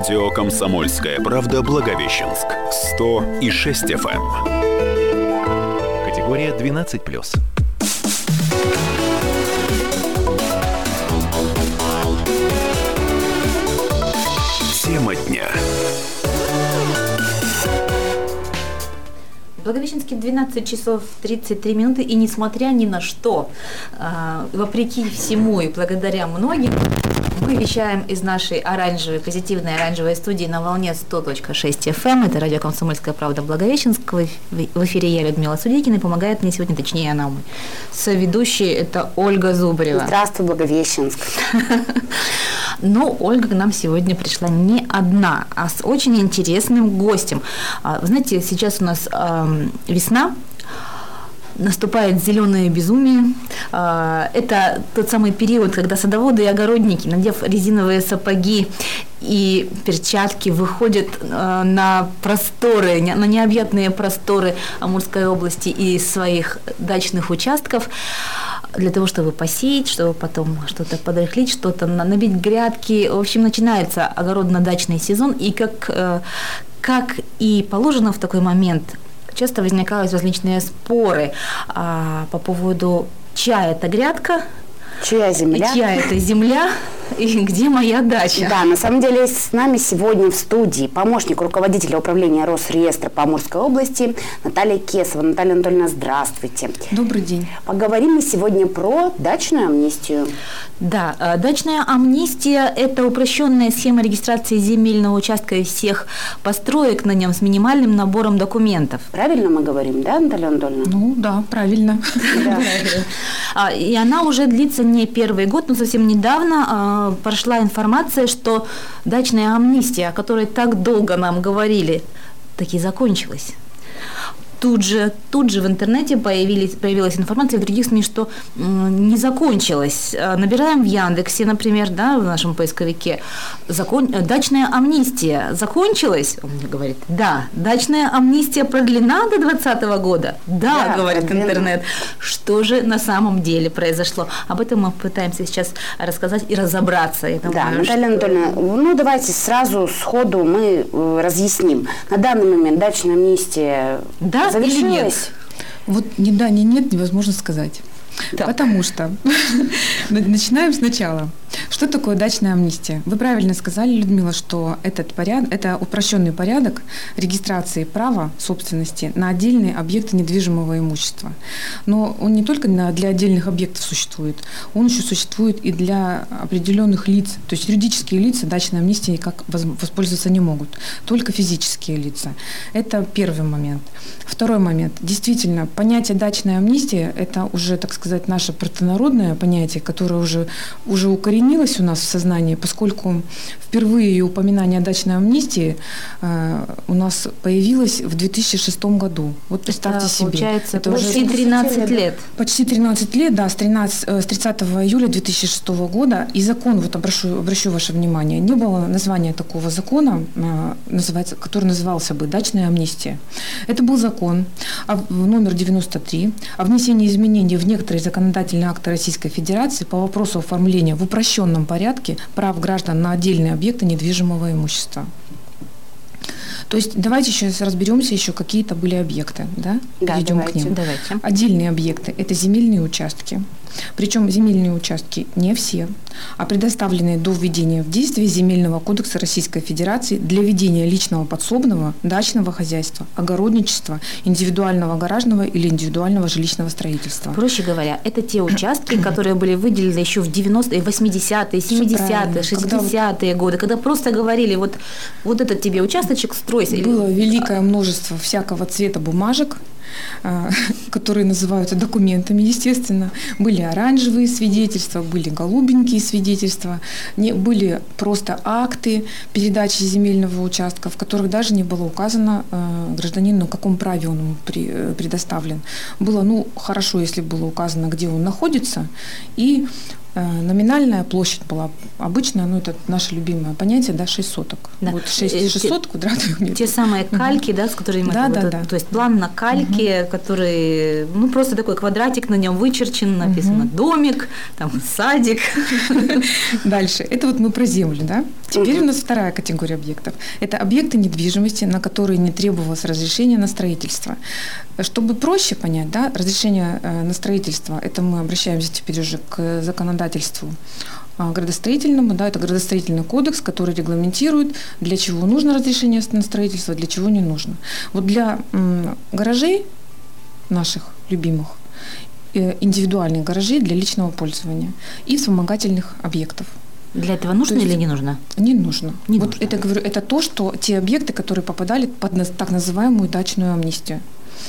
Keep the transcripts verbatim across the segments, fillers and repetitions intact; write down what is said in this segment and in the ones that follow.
Радио «Комсомольская правда» Благовещенск. сто и шесть эф эм. Категория двенадцать плюс. Тема дня. В Благовещенске двенадцать часов тридцать три минуты, и несмотря ни на что, вопреки всему и благодаря многим, мы вещаем из нашей оранжевой, позитивной оранжевой студии на волне сто и шесть эф эм. Это радио «Комсомольская правда» Благовещенск. В эфире я, Людмила Судейкина, и помогает мне сегодня, точнее, она мой соведущая, это Ольга Зубарева. Здравствуй, Благовещенск. Но Ольга к нам сегодня пришла не одна, а с очень интересным гостем. Вы знаете, сейчас у нас э, весна, наступает зеленое безумие. Это тот самый период, когда садоводы и огородники, надев резиновые сапоги и перчатки, выходят на просторы, на необъятные просторы Амурской области и своих дачных участков для того, чтобы посеять, чтобы потом что-то подрыхлить, что-то набить грядки. В общем, начинается огородно-дачный сезон, и как, как и положено в такой момент, часто возникают различные споры а, по поводу, чья это грядка, чья земля, чья это земля и где моя дача. Да, на самом деле с нами сегодня в студии помощник руководителя управления Росреестра по Амурской области Наталья Кесова. Наталья Анатольевна, здравствуйте. Добрый день. Поговорим мы сегодня про дачную амнистию. Да, дачная амнистия – это упрощенная схема регистрации земельного участка и всех построек на нем с минимальным набором документов. Правильно мы говорим, да, Наталья Анатольевна? Ну да, правильно. Да. И она уже длится не первый год, но совсем недавно прошла информация, что дачная амнистия, о которой так долго нам говорили, таки закончилась. Тут же, тут же в интернете появились, появилась информация в других СМИ, что не закончилась. Набираем в Яндексе, например, да, в нашем поисковике, закон, дачная амнистия закончилась? Он мне говорит, да. Дачная амнистия продлена до двадцатого года? Да, да, говорит продлена. Интернет. Что же на самом деле произошло? Об этом мы пытаемся сейчас рассказать и разобраться. Я да, думаю, Наталья что... Анатольевна, ну давайте сразу сходу мы разъясним. На данный момент дачная амнистия... Да. Завершилась? Или нет? Вот ни да, ни нет невозможно сказать. Так. Потому что начинаем сначала. Что такое дачная амнистия? Вы правильно сказали, Людмила, что этот порядок, это упрощенный порядок регистрации права собственности на отдельные объекты недвижимого имущества. Но он не только для отдельных объектов существует, он еще существует и для определенных лиц. То есть юридические лица дачной амнистией как воспользоваться не могут, только физические лица. Это первый момент. Второй момент. Действительно, понятие дачная амнистия – это уже, так сказать, наше простонародное понятие, которое уже, уже укоренилось у нас в сознании, поскольку впервые упоминание о дачной амнистии э, у нас появилось в две тысячи шестом году. Вот представьте это, себе. Получается, это почти уже тринадцать лет. Почти тринадцать лет, да, с, тринадцатого, с тридцатого июля две тысячи шестого года. И закон, вот обращу, обращу ваше внимание, не было названия такого закона, э, называется, который назывался бы «Дачная амнистия». Это был закон номер девяносто три о внесении изменений в некоторые законодательные акты Российской Федерации по вопросу оформления в упрощенном порядке прав граждан на отдельные объекты недвижимого имущества. То есть давайте сейчас разберемся еще, какие-то были объекты, да? Да, перейдем давайте, к ним. Давайте. Отдельные объекты – это земельные участки. Причем земельные участки не все, а предоставленные до введения в действие Земельного кодекса Российской Федерации для ведения личного подсобного, дачного хозяйства, огородничества, индивидуального гаражного или индивидуального жилищного строительства. Проще говоря, это те участки, которые были выделены еще в девяностые, восьмидесятые, семидесятые, шестидесятые годы, когда просто говорили, вот, вот этот тебе участочек, стройся. Было великое множество всякого цвета бумажек, которые называются документами, естественно. Были оранжевые свидетельства, были голубенькие свидетельства, не, были просто акты передачи земельного участка, в которых даже не было указано э, гражданину, на каком праве он ему при, э, предоставлен. Было, ну, хорошо, если было указано, где он находится, и Номинальная площадь была обычная, ну, это наше любимое понятие, да, шесть соток. Да. Вот шесть шестьсот квадратных метров. Те самые кальки, да, с которыми... Да, вот да, это, да. То есть план на кальке, угу. который, ну, просто такой квадратик, на нем вычерчен, написано угу. домик, там садик. Дальше. Это вот мы про землю, да? Теперь угу. у нас вторая категория объектов. Это объекты недвижимости, на которые не требовалось разрешения на строительство. Чтобы проще понять, да, разрешение на строительство, это мы обращаемся теперь уже к законодательству градостроительному, да, это градостроительный кодекс, который регламентирует, для чего нужно разрешение на строительство, для чего не нужно. Вот для м, гаражей наших любимых, э, индивидуальных гаражей для личного пользования и вспомогательных объектов. Для этого нужно или не нужно? Не нужно. Не вот нужно. Это, говорю, это то, что те объекты, которые попадали под так называемую дачную амнистию.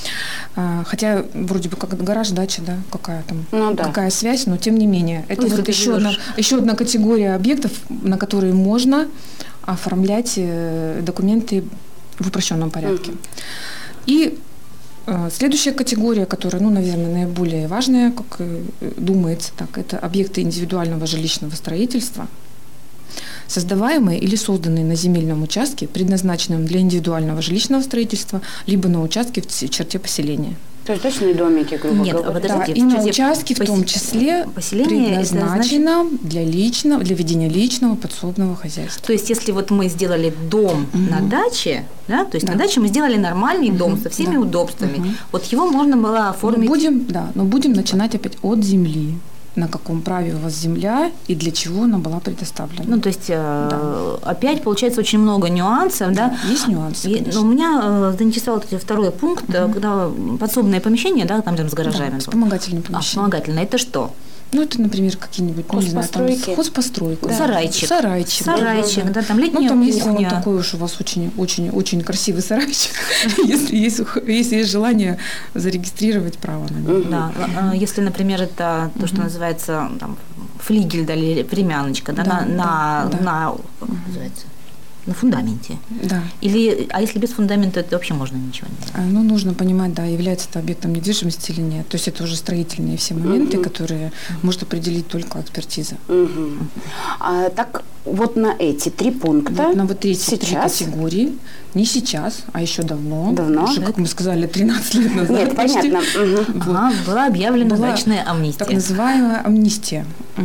Хотя вроде бы как гараж, дача, да, какая там, ну, да. какая связь, но тем не менее. Это ну, вот еще одна, еще одна категория объектов, на которые можно оформлять документы в упрощенном порядке. Угу. И следующая категория, которая, ну, наверное, наиболее важная, как думается, так, это объекты индивидуального жилищного строительства, создаваемые или созданные на земельном участке, предназначенном для индивидуального жилищного строительства, либо на участке в черте поселения. То есть дачные домики, грубо Нет, говоря. подождите, да, и на участке в том числе предназначено значит... для личного, для ведения личного подсобного хозяйства. То есть если вот мы сделали дом угу. на даче, да, то есть да. на даче мы сделали нормальный угу. дом со всеми да. удобствами, угу. вот его можно было оформить. Но будем, да, но будем начинать опять от земли. На каком праве у вас земля и для чего она была предоставлена. Ну, то есть, да. опять получается очень много нюансов, да? да есть нюансы, и, но меня заинтересовал второй пункт, угу. когда подсобное помещение, да, там рядом с гаражами. Да, вспомогательное помещение. А, вспомогательное, это что? Ну, это, например, какие-нибудь, ну, не знаю, там хозпостройка. Да. Сарайчик. Сарайчик. Сарайчик, да, да, там летняя ну, там, кухня. Если он такой уж у вас очень, очень, очень красивый сарайчик, если есть, если есть желание зарегистрировать право на него. Да, если, например, это то, что называется там, флигель, да, или времяночка, да, на, на, на, называется, на фундаменте. Да. Или, а если без фундамента, то вообще можно ничего не делать? Ну, нужно понимать, да, является это объектом недвижимости или нет. То есть это уже строительные все моменты, угу. которые угу. может определить только экспертиза. Угу. А, так вот на эти три пункта вот на вот эти сейчас? три категории, не сейчас, а еще давно. Давно? Уже, как мы сказали, тринадцать лет назад. Нет, почти. понятно. Угу. Вот. Ага, была объявлена была дачная амнистия. Так называемая амнистия.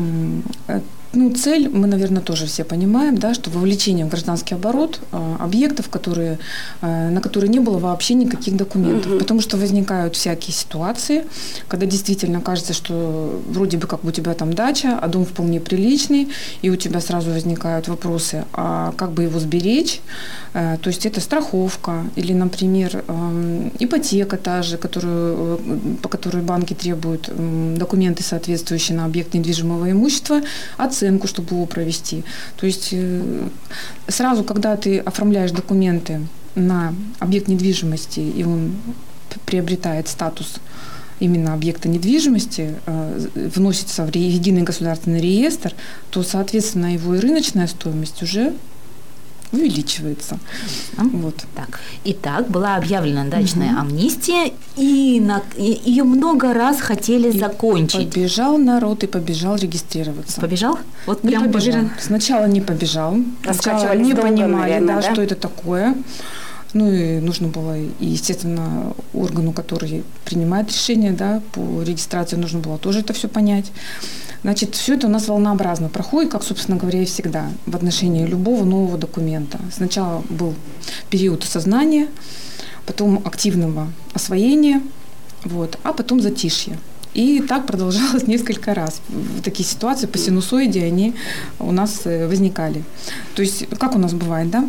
Ну, цель, мы, наверное, тоже все понимаем, да, что вовлечение в гражданский оборот э, объектов, которые, э, на которые не было вообще никаких документов. Угу. Потому что возникают всякие ситуации, когда действительно кажется, что вроде бы как бы у тебя там дача, а дом вполне приличный, и у тебя сразу возникают вопросы, а как бы его сберечь? Э, то есть это страховка или, например, э, ипотека та же, которую, по которой банки требуют э, документы, соответствующие на объект недвижимого имущества, оценка, чтобы его провести. То есть сразу, когда ты оформляешь документы на объект недвижимости, и он приобретает статус именно объекта недвижимости, вносится в единый государственный реестр, то, соответственно, его и рыночная стоимость уже увеличивается. Вот. Так. Итак, была объявлена дачная угу. амнистия, и, на, и ее много раз хотели и закончить. Побежал народ и побежал регистрироваться. Побежал? Вот не прям побежал. Побежал. Сначала не побежал. Сначала не долго, понимали, наверное, да, да? что это такое. Ну и нужно было, и, естественно, органу, который принимает решение, да, по регистрации, нужно было тоже это все понять. Значит, все это у нас волнообразно проходит, как, собственно говоря, и всегда в отношении любого нового документа. Сначала был период осознания, потом активного освоения, вот, а потом затишье. И так продолжалось несколько раз. Такие ситуации по синусоиде, они у нас возникали. То есть, как у нас бывает, да?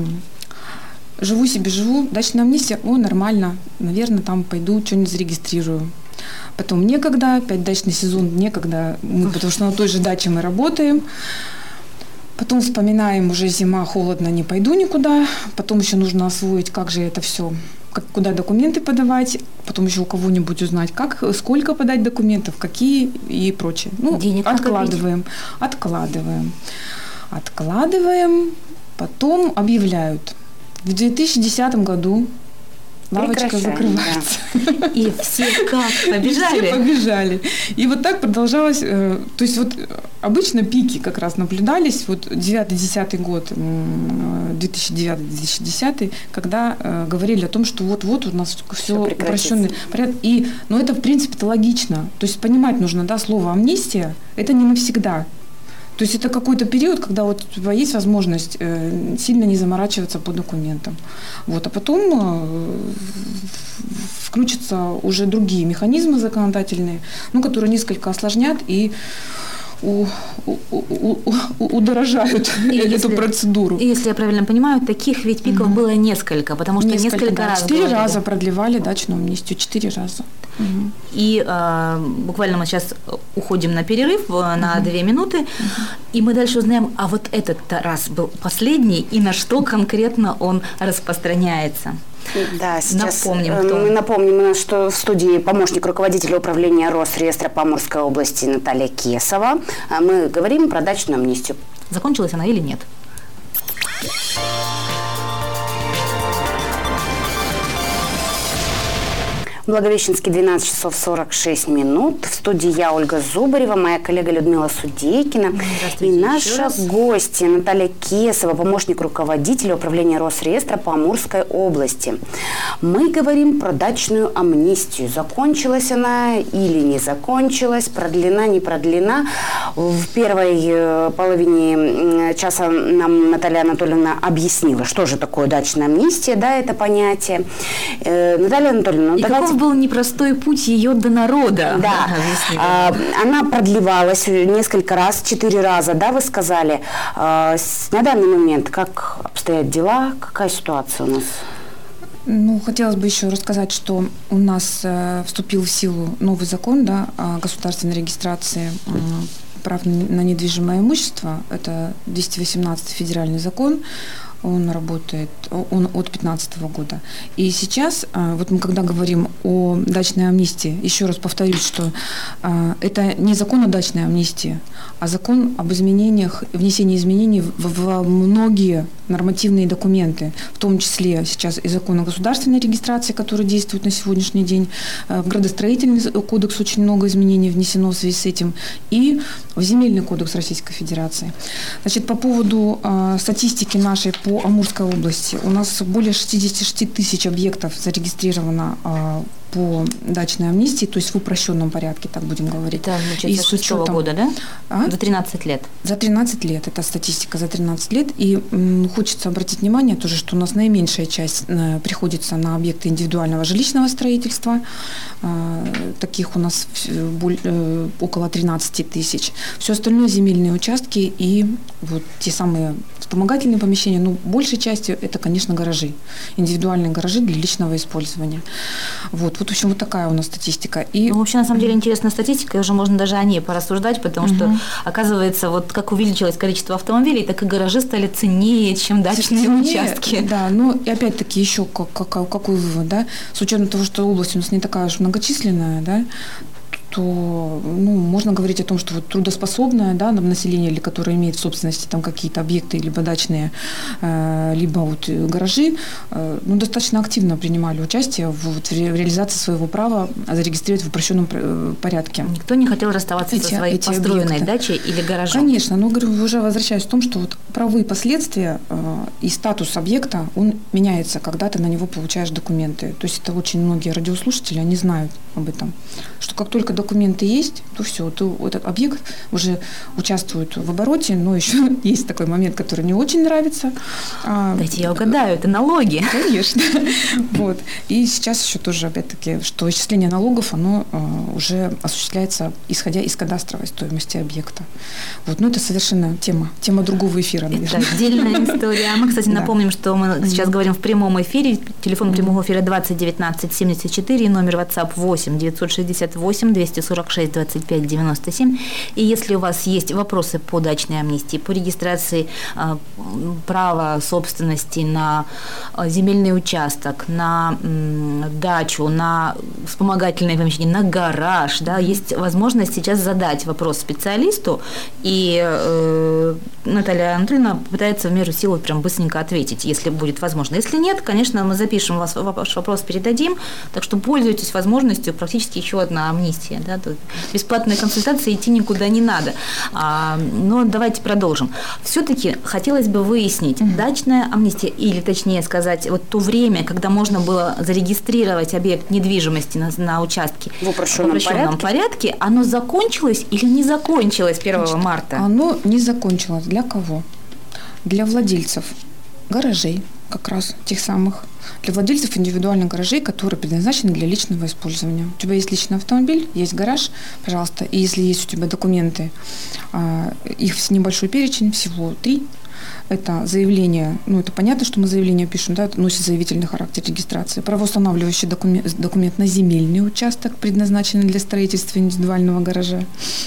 Живу себе, живу, дачная амнистия, о, нормально, наверное, там пойду, что-нибудь зарегистрирую. Потом некогда, опять дачный сезон, некогда, мы, потому что на той же даче мы работаем. Потом вспоминаем, уже зима, холодно, не пойду никуда. Потом еще нужно освоить, как же это все, как, куда документы подавать. Потом еще у кого-нибудь узнать, как, сколько подать документов, какие и прочее. Ну, денег откладываем, откладываем, откладываем. Потом объявляют. В две тысячи десятом году лавочка закрывается. Да. И все как побежали. И все побежали. И вот так продолжалось. То есть вот обычно пики как раз наблюдались. Вот девятый-десятый год, две тысячи девятый - две тысячи десятый, когда э, говорили о том, что вот-вот у нас все упрощенный порядок. И, ну, это, в принципе-то, логично. То есть понимать нужно, да, слово амнистия, это не навсегда. То есть это какой-то период, когда вот у тебя есть возможность э, сильно не заморачиваться по документам. Вот, а потом э, включатся уже другие механизмы законодательные, ну, которые несколько осложнят и У, у, у, у, удорожают и эту если, процедуру. И если я правильно понимаю, таких ведь пиков угу. было несколько, потому что несколько, несколько да, раз четыре говорили. раза продлевали дачную амнистию, четыре раза. Угу. И э, буквально мы сейчас уходим на перерыв на угу. две минуты, угу. и мы дальше узнаем, а вот этот раз был последний, и на что конкретно он распространяется. Да, сейчас напомним, мы напомним, что в студии помощник руководителя управления Росреестра по Амурской области Наталья Кесова. Мы говорим про дачную амнистию. Закончилась она или нет? Благовещенске двенадцать часов сорок шесть минут. В студии я, Ольга Зубарева, моя коллега Людмила Судейкина и наша гостья Наталья Кесова, помощник руководителя управления Росреестра по Амурской области. Мы говорим про дачную амнистию. Закончилась она или не закончилась, продлена, не продлена. В первой половине часа нам Наталья Анатольевна объяснила, что же такое дачная амнистия, да, это понятие. Наталья Анатольевна, и давайте... был непростой путь ее до народа. Да, а, она продлевалась несколько раз, четыре раза, да, вы сказали. А, на данный момент как обстоят дела, какая ситуация у нас? Ну, хотелось бы еще рассказать, что у нас э, вступил в силу новый закон, да, о государственной регистрации э, прав на недвижимое имущество. Это двести восемнадцатый федеральный закон. Он работает, он от пятнадцатого года. И сейчас, вот мы когда говорим о дачной амнистии, еще раз повторюсь, что это не закон о дачной амнистии, а закон об изменениях, внесении изменений в многие нормативные документы, в том числе сейчас и закон о государственной регистрации, который действует на сегодняшний день, в градостроительный кодекс очень много изменений внесено в связи с этим, и в земельный кодекс Российской Федерации. Значит, по поводу статистики нашей по Амурской области. У нас более шестьдесят шесть тысяч объектов зарегистрировано а, по дачной амнистии, то есть в упрощенном порядке, так будем говорить. Это, значит, с шестого года, да? А? За тринадцать лет. За тринадцать лет. Это статистика за тринадцать лет. И м, хочется обратить внимание тоже, что у нас наименьшая часть э, приходится на объекты индивидуального жилищного строительства. Э, таких у нас более, э, около тринадцать тысяч. Все остальное земельные участки и вот те самые вспомогательные помещения, но большей частью это, конечно, гаражи. Индивидуальные гаражи для личного использования. Вот, вот в общем, вот такая у нас статистика. И... Ну, вообще, на самом деле, интересная статистика, и уже можно даже о ней порассуждать, потому uh-huh. что, оказывается, вот как увеличилось количество автомобилей, так и гаражи стали ценнее, чем дачные ценнее, участки. Да, ну, и опять-таки еще как, как, какой вывод, да, с учетом того, что область у нас не такая уж многочисленная, да, то, ну, можно говорить о том, что вот трудоспособное, да, население, или которое имеет в собственности там какие-то объекты, либо дачные, э, либо вот гаражи, э, ну, достаточно активно принимали участие в, вот, в реализации своего права зарегистрировать в упрощенном порядке. Никто не хотел расставаться эти, со своей построенной объекты. Дачей или гаражом? Конечно, но, говорю, уже возвращаюсь к тому, что вот правовые последствия э, и статус объекта, он меняется, когда ты на него получаешь документы. То есть это очень многие радиослушатели, они знают об этом, что как только документы есть, то все, то этот объект уже участвует в обороте, но еще есть такой момент, который не очень нравится. Дайте я угадаю, это налоги. Конечно. Вот. И сейчас еще тоже, опять-таки, что исчисление налогов, оно уже осуществляется, исходя из кадастровой стоимости объекта. Вот. Но это совершенно тема, тема другого эфира. Это отдельная история. Мы, кстати, напомним, что мы сейчас говорим в прямом эфире. Телефон прямого эфира двадцать девятнадцать семьдесят четыре, номер WhatsApp восемь девятьсот шестьдесят восемь двести сорок шесть двадцать пять девяносто семь. И если у вас есть вопросы по дачной амнистии, по регистрации э, права собственности на э, земельный участок, на э, дачу, на вспомогательное помещение, на гараж, да, есть возможность сейчас задать вопрос специалисту, и э, Наталья Анатольевна попытается в меру сил прям быстренько ответить, если будет возможно. Если нет, конечно, мы запишем вас, ваш вопрос передадим, так что пользуйтесь возможностью, практически еще одна амнистия. Да? Тут бесплатные консультации, идти никуда не надо. А, но давайте продолжим. Все-таки хотелось бы выяснить, mm-hmm. дачная амнистия, или точнее сказать, вот то время, когда можно было зарегистрировать объект недвижимости на, на участке в упрощенном, в упрощенном порядке. порядке, оно закончилось или не закончилось первого Значит, марта? Оно не закончилось. Для кого? Для владельцев гаражей, как раз тех самых, для владельцев индивидуальных гаражей, которые предназначены для личного использования. У тебя есть личный автомобиль, есть гараж, пожалуйста, и если есть у тебя документы, их небольшой перечень, всего три. Это заявление, ну это понятно, что мы заявление пишем, да, это носит заявительный характер регистрации. Правоустанавливающий документ, документ на земельный участок, предназначенный для строительства индивидуального гаража,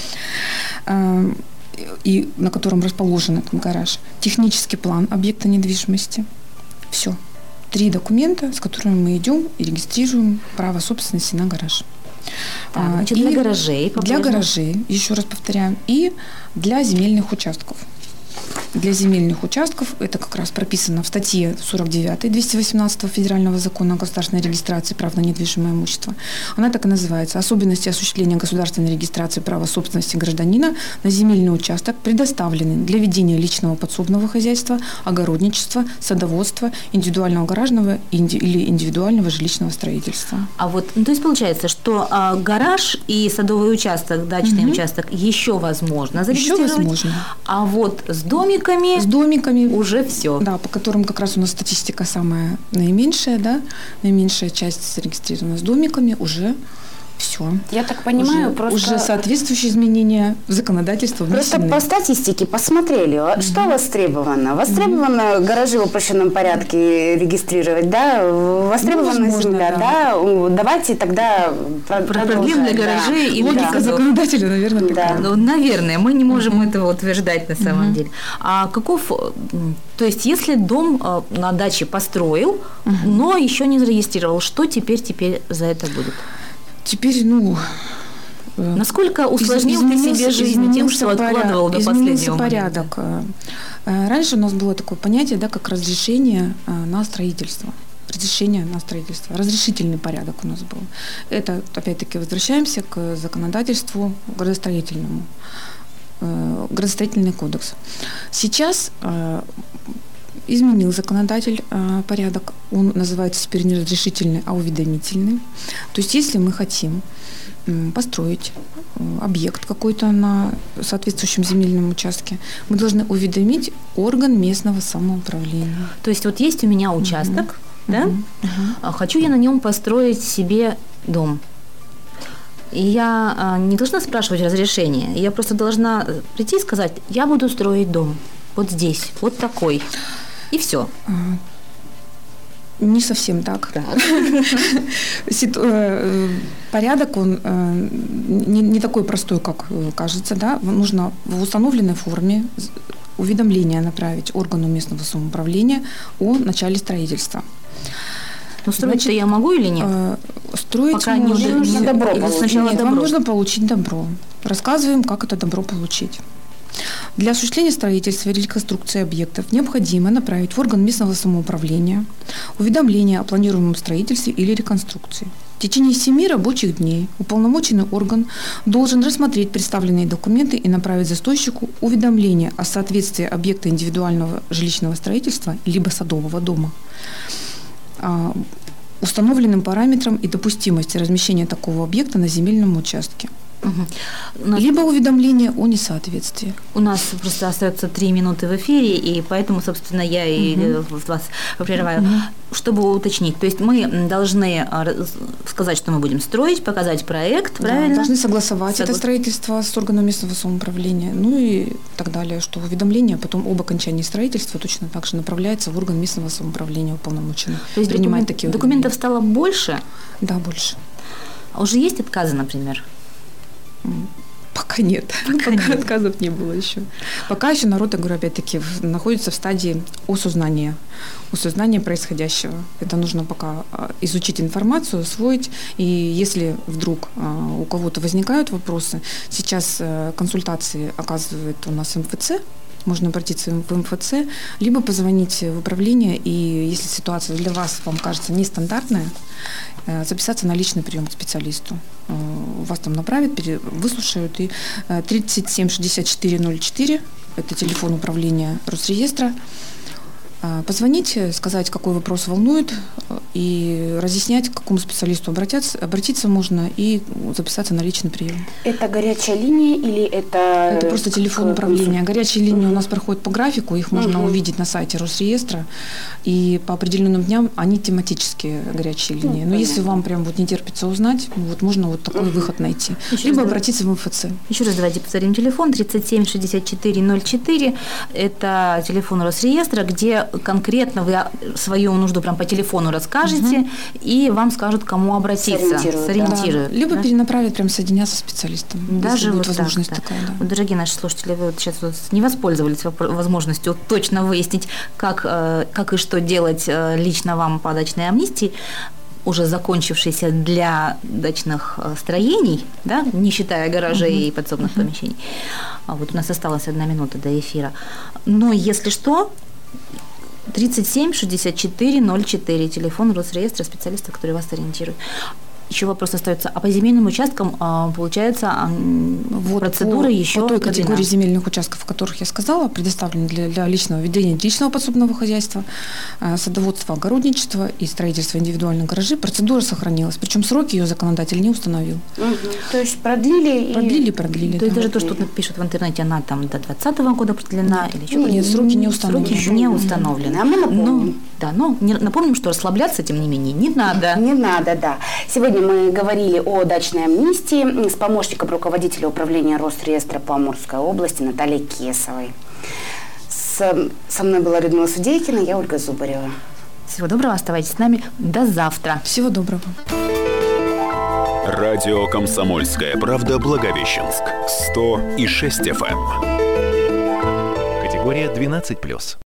и на котором расположен этот гараж. Технический план объекта недвижимости. Все. Три документа, с которыми мы идем и регистрируем право собственности на гараж. Так, значит, для гаражей. Для гаражей, еще раз повторяем, и для земельных участков. Для земельных участков, это как раз прописано в статье сорок девять двести восемнадцатого Федерального закона о государственной регистрации прав на недвижимое имущество. Она так и называется: «Особенности осуществления государственной регистрации права собственности гражданина на земельный участок, предоставленный для ведения личного подсобного хозяйства, огородничества, садоводства, индивидуального гаражного или индивидуального жилищного строительства». А вот, ну, то есть получается, что а, гараж и садовый участок, дачный угу. участок еще возможно зарегистрировать. Еще возможно. А вот с домиками, с домиками уже все. Да, по которым как раз у нас статистика самая наименьшая, да, наименьшая часть зарегистрирована. С домиками уже все. Я так понимаю, уже, просто... Уже соответствующие изменения в законодательство внесены. Просто по статистике посмотрели, mm-hmm. что востребовано. Востребовано mm-hmm. гаражи в упрощенном порядке регистрировать, да? Востребована ну, земля, да. да? Давайте тогда продлим для гаражей. Да. И логика да. законодателя, наверное, такая. Да. Ну, наверное, мы не можем mm-hmm. этого утверждать на самом mm-hmm. деле. А каков... То есть, если дом на даче построил, mm-hmm. но еще не зарегистрировал, что теперь, теперь за это будет? Теперь, ну... Насколько усложнил ты себе жизнь тем, что откладывал до последнего порядок. Раньше у нас было такое понятие, да, как разрешение на строительство. Разрешение на строительство. Разрешительный порядок у нас был. Это, опять-таки, возвращаемся к законодательству градостроительному. Градостроительный кодекс. Сейчас изменил законодатель э, порядок. Он называется теперь не разрешительный, а уведомительный. То есть, если мы хотим э, построить э, объект какой-то на соответствующем земельном участке, мы должны уведомить орган местного самоуправления. То есть, вот есть у меня участок, uh-huh. да? Uh-huh. Хочу я на нем построить себе дом. И я э, не должна спрашивать разрешения. Я просто должна прийти и сказать: я буду строить дом вот здесь, вот такой. И все. Не совсем так. так. Порядок, он не, не такой простой, как кажется. Да? Нужно в установленной форме уведомление направить органу местного самоуправления о начале строительства. Ну, строить-то я могу или нет? Строить Пока не нужно добро получить. Нет, добро. Вам нужно получить добро. Рассказываем, как это добро получить. Для осуществления строительства или реконструкции объектов необходимо направить в орган местного самоуправления уведомление о планируемом строительстве или реконструкции. В течение семи рабочих дней уполномоченный орган должен рассмотреть представленные документы и направить застройщику уведомление о соответствии объекта индивидуального жилищного строительства либо садового дома установленным параметрам и допустимости размещения такого объекта на земельном участке. Угу. Нас... Либо уведомление о несоответствии. У нас просто остается три минуты в эфире, и поэтому, собственно, я и угу. вас прерываю. Угу. Чтобы уточнить, то есть мы должны сказать, что мы будем строить, показать проект, да, правильно? Должны согласовать Согла... это строительство с органом местного самоуправления, ну и так далее, что уведомление потом об окончании строительства точно так же направляется в орган местного самоуправления уполномоченного. То есть документ... такие документов стало больше? Да, больше. А уже есть отказы, например? Пока нет. Пока, Пока нет. Отказов не было еще. Пока еще народ, я говорю, опять-таки, находится в стадии осознания, осознания происходящего. Это нужно пока изучить информацию, освоить. И если вдруг у кого-то возникают вопросы, сейчас консультации оказывает у нас эм эф цэ, можно обратиться в эм эф це, либо позвонить в управление, и если ситуация для вас, вам кажется, нестандартная, записаться на личный прием к специалисту. Вас там направят, выслушают. И тридцать семь шестьдесят четыре ноль четыре – это телефон управления Росреестра. Позвонить, сказать, какой вопрос волнует, и разъяснять, к какому специалисту обратиться, обратиться можно и записаться на личный прием. Это горячая линия или это... Это просто телефон управления. Горячие линии у нас проходят по графику, их можно угу. увидеть на сайте Росреестра, и по определенным дням они тематические горячие линии. Ну, Но понятно. Если вам прям вот не терпится узнать, вот можно вот такой угу. выход найти. Еще либо обратиться в эм эф це. Еще раз давайте повторим телефон тридцать семь шестьдесят четыре ноль четыре. Это телефон Росреестра, где конкретно вы свою нужду прям по телефону расскажете, угу. и вам скажут, к кому обратиться. Сориентируют. Сориентируют да. Либо да? перенаправят, прям соединяться с специалистом. Даже будет вот возможность так, да. такая. Да. Вот, дорогие наши слушатели, вы вот сейчас вот не воспользовались возможностью точно выяснить, как, как и что делать лично вам по дачной амнистии, уже закончившейся для дачных строений, да, не считая гаражей uh-huh. и подсобных uh-huh. помещений. А вот у нас осталась одна минута до эфира. Но если что, тридцать семь шестьдесят четыре ноль четыре, телефон Росреестра, специалиста, который вас ориентирует. Еще вопрос остается. А по земельным участкам, получается, вот процедура по, еще... По той категории земельных участков, о которых я сказала, предоставлены для, для личного ведения личного подсобного хозяйства, садоводства, огородничества и строительства индивидуальных гаражей, процедура сохранилась. Причем сроки ее законодатель не установил. Угу. То есть продлили? Продлили, и... продлили. То есть да. даже то, что пишут в интернете, она там до двадцатого года продлена? Нет, или еще нет, сроки не установлены. Сроки не установлены. А мы напомним. Но, да, но не, напомним, что расслабляться, тем не менее, не надо. Не надо, да. Сегодня мы говорили о дачной амнистии с помощником руководителя управления Росреестра по Амурской области Натальей Кесовой. С, со мной была Людмила Судейкина, я Ольга Зубарева. Всего доброго, оставайтесь с нами. До завтра. Всего доброго. Радио «Комсомольская правда» Благовещенск. сто и шесть эф эм. Категория двенадцать плюс.